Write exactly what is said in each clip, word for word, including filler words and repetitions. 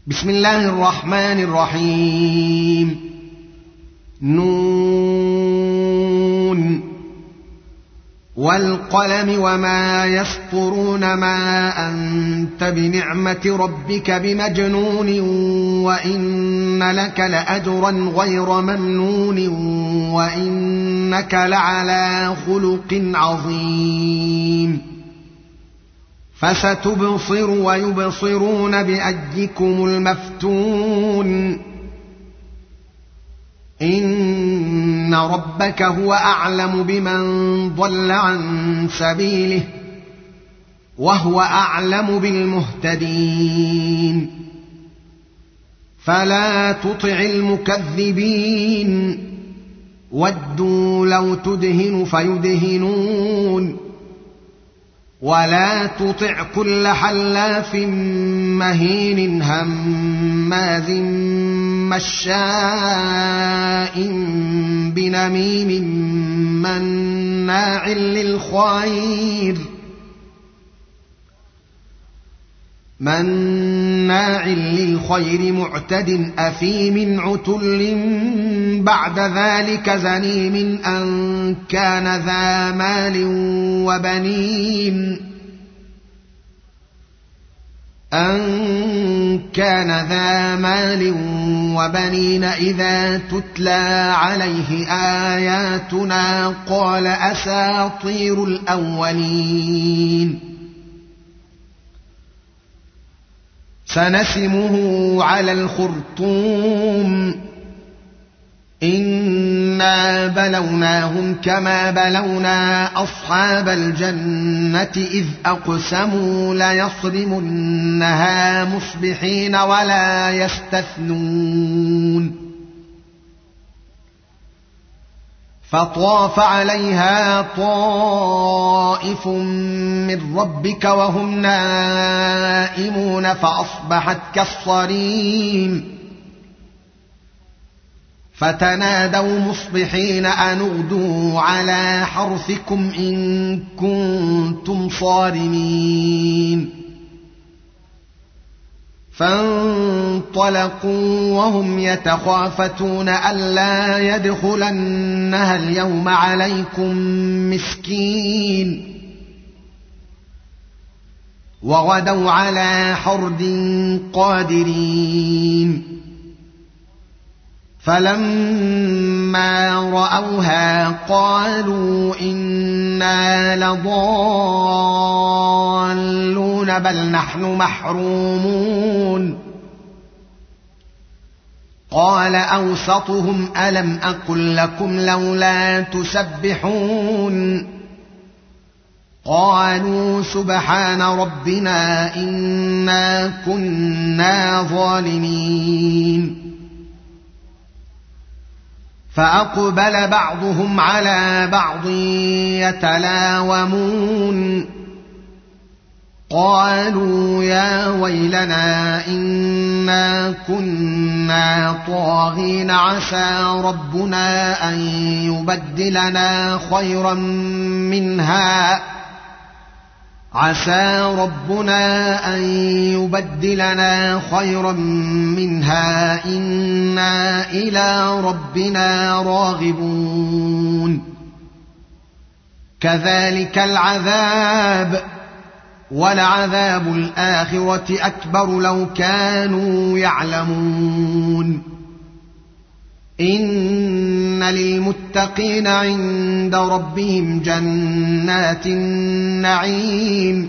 بسم الله الرحمن الرحيم. نون والقلم وما يسطرون ما أنت بنعمة ربك بمجنون وإن لك لأجرا غير ممنون وإنك لعلى خلق عظيم. فستبصر ويبصرون بأيكم المفتون. إن ربك هو أعلم بمن ضل عن سبيله وهو أعلم بالمهتدين. فلا تطع المكذبين ودوا لو تدهن فيدهنون ولا تطع كل حلاف مهين هماز مشاء بنميم مناع للخير مناع للخير معتد أثيم عتل بعد ذلك زنيم أن كان ذا مال وبنين أن كان ذا مال وبنين إذا تتلى عليه آياتنا قال أساطير الأولين. سنسمه على الخرطوم. إنا بلوناهم كما بلونا أصحاب الجنة إذ أقسموا ليصرمنها مصبحين ولا يستثنون. فطاف عليها طائف من ربك وهم نائمون فأصبحت كالصريم. فتنادوا مصبحين أن اغدوا على حرثكم إن كنتم صارمين. فانطلقوا وهم يتخافتون ألا يدخلنها اليوم عليكم مسكين. وغدوا على حرد قادرين. فلما رأوها قالوا إنا لضالون بل نحن محرومون. قال أوسطهم ألم أقل لكم لولا تسبحون. قالوا سبحان ربنا إنا كنا ظالمين. فأقبل بعضهم على بعض يتلاومون. قالوا يا ويلنا إنا كنا طاغين عسى ربنا أن يبدلنا خيرا منها عسى ربنا أن يبدلنا خيرا منها إنا إلى ربنا راغبون. كذلك العذاب ولعذاب الآخرة أكبر لو كانوا يعلمون. إن للمتقين عند ربهم جنات النعيم.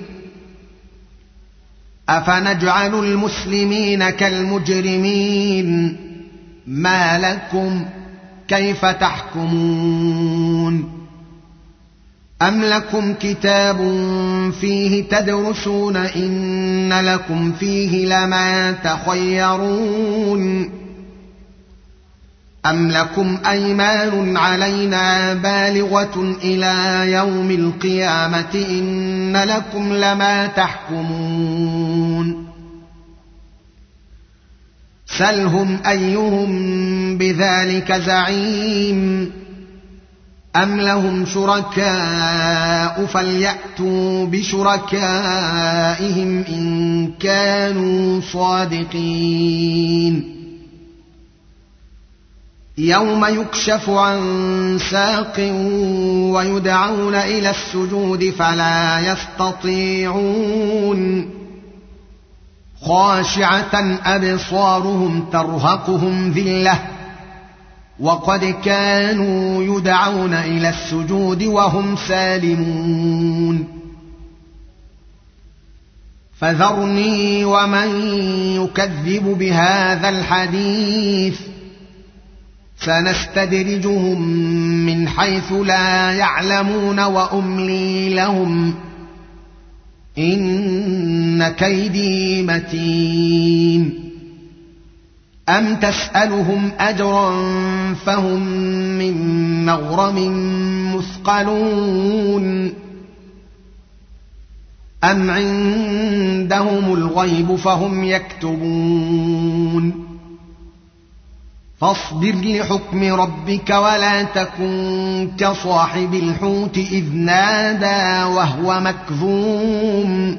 أفنجعل المسلمين كالمجرمين ما لكم كيف تحكمون. أم لكم كتاب فيه تدرسون إن لكم فيه لما تخيرون. أم لكم أيمان علينا بالغة إلى يوم القيامة إن لكم لما تحكمون. سلهم أيهم بذلك زعيم. أم لهم شركاء فليأتوا بشركائهم إن كانوا صادقين يوم يكشف عن ساق ويدعون إلى السجود فلا يستطيعون خاشعة أبصارهم ترهقهم ذلة وقد كانوا يدعون إلى السجود وهم سالمون فذرني ومن يكذب بهذا الحديث سنستدرجهم من حيث لا يعلمون وأملي لهم إن كيدي متين أم تسألهم أجرا فهم من مغرم مثقلون أم عندهم الغيب فهم يكتبون فاصبر لحكم ربك ولا تكن كصاحب الحوت إذ نادى وهو مكظوم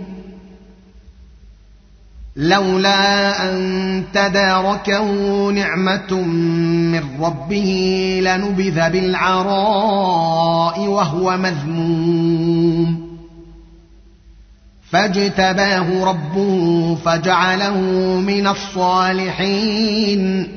لولا أن تداركه نعمة من ربه لنبذ بالعراء وهو مذموم فاجتباه ربه فجعله من الصالحين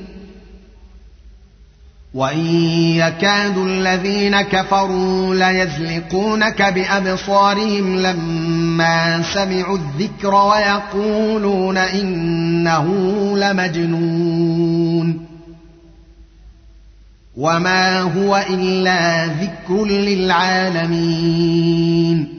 وإن يكاد الذين كفروا ليزلقونك بأبصارهم لما سمعوا الذكر ويقولون إنه لمجنون وما هو إلا ذكر للعالمين